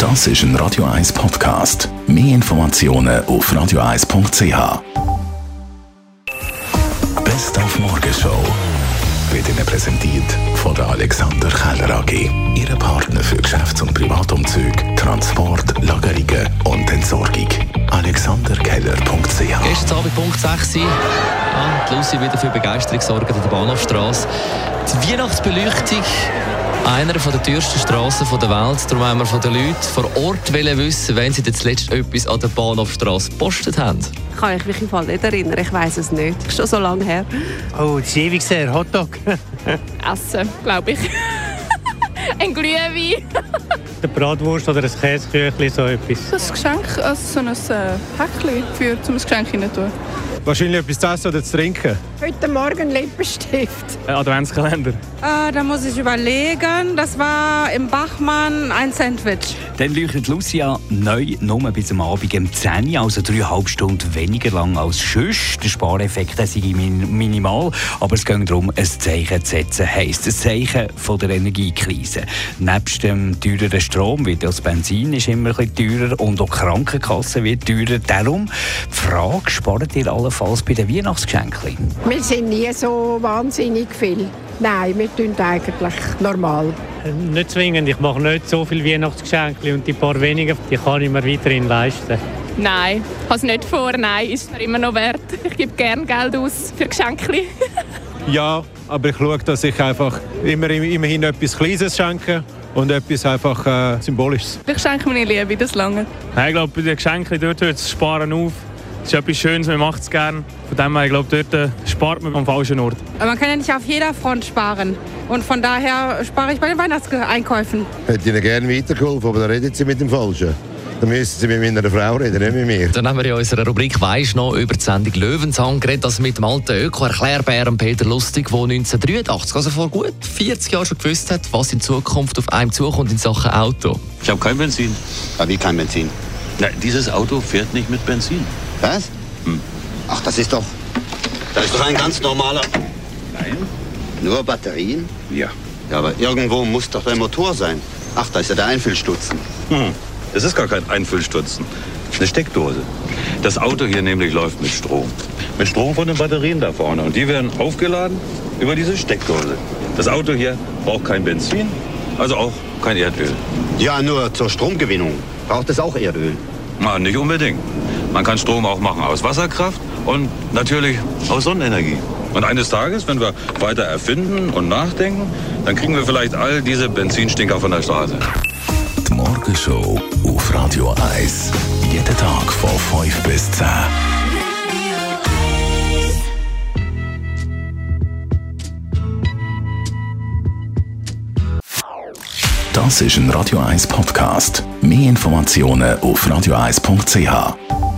Das ist ein Radio 1 Podcast. Mehr Informationen auf radio1.ch. Best auf Morgenshow wird Ihnen präsentiert von der Alexander Keller AG. Ihre Partner für Geschäfts- und Privatumzüge, Transport, Lagerungen und Entsorgung. alexanderkeller.ch. Gestern Abend Punkt 6 Uhr. Die Lucy wieder für Begeisterung sorgt an der Bahnhofstrasse. Die Weihnachtsbeleuchtung, einer der teuersten Strassen der Welt. Darum haben wir von den Leuten vor Ort wissen, wenn sie zuletzt etwas an der Bahnhofstrasse gepostet haben. Kann ich mich im Fall nicht erinnern, ich weiss es nicht. Ist schon so lange her. Oh, das ist ewig sehr. Hotdog. Essen, glaube ich. Ein Glühwein. Eine Bratwurst oder ein Käseküchli, so etwas. Ein Geschenk, also so ein Päckchen, um ein Geschenk rein zu tun. Wahrscheinlich etwas zu essen oder zu trinken. Heute Morgen Lippenstift. Adventskalender. Da muss ich überlegen. Das war im Bachmann ein Sandwich. Dann leuchtet Lucia neu nur bis am Abend um 10 Uhr, also 3,5 Stunden weniger lang als sonst. Der Spareffekt sei minimal, aber es geht darum, ein Zeichen zu setzen. Heisst, ein Zeichen von der Energiekrise. Nebst dem teureren Strom wird das Benzin ist immer ein bisschen teurer und auch die Krankenkasse wird teurer. Darum die Frage, spart ihr allenfalls bei den Weihnachtsgeschenken? Wir sind nie so wahnsinnig viel. Nein, wir tun eigentlich normal. Nicht zwingend. Ich mache nicht so viele Weihnachtsgeschenke und die paar wenigen, die kann ich mir weiterhin leisten. Nein, ich habe es nicht vor. Nein, ist mir immer noch wert. Ich gebe gerne Geld aus für Geschenke. Ja, aber ich schaue, dass ich einfach immerhin etwas Kleines schenke und etwas einfach Symbolisches. Ich schenke meine Liebe, das lange. Ich glaube, bei den Geschenken dort hört das Sparen auf. Es ist etwas Schönes, man macht es gerne. Von dem her, ich glaube, dort spart man am falschen Ort. Man kann ja nicht auf jeder Front sparen. Und von daher spare ich bei den Weihnachtseinkäufen. Hätte Ihnen gerne weitergeholfen, aber dann reden Sie mit dem Falschen. Dann müssen Sie mit meiner Frau reden, nicht mit mir. Dann haben wir in unserer Rubrik «Weisst noch» über die Sendung «Löwenzahn» geredet, also mit dem alten Öko-Erklärbären Peter Lustig, der 1983, also vor gut 40 Jahren schon gewusst hat, was in Zukunft auf einem zukommt in Sachen Auto. Ich habe kein Benzin. Ja, wie kein Benzin? Nein, dieses Auto fährt nicht mit Benzin. Was? Ach, das ist doch ein ganz normaler... Nein? Nur Batterien? Ja. Ja, aber irgendwo muss doch der Motor sein. Ach, da ist ja der Einfüllstutzen. Das ist gar kein Einfüllstutzen. Eine Steckdose. Das Auto hier nämlich läuft mit Strom. Mit Strom von den Batterien da vorne. Und die werden aufgeladen über diese Steckdose. Das Auto hier braucht kein Benzin, also auch kein Erdöl. Ja, nur zur Stromgewinnung braucht es auch Erdöl. Na, nicht unbedingt. Man kann Strom auch machen aus Wasserkraft und natürlich aus Sonnenenergie. Und eines Tages, wenn wir weiter erfinden und nachdenken, dann kriegen wir vielleicht all diese Benzinstinker von der Straße. Die Morgenshow auf Radio 1. Jeden Tag von 5 bis 10. Das ist ein Radio 1 Podcast. Mehr Informationen auf radio1.ch.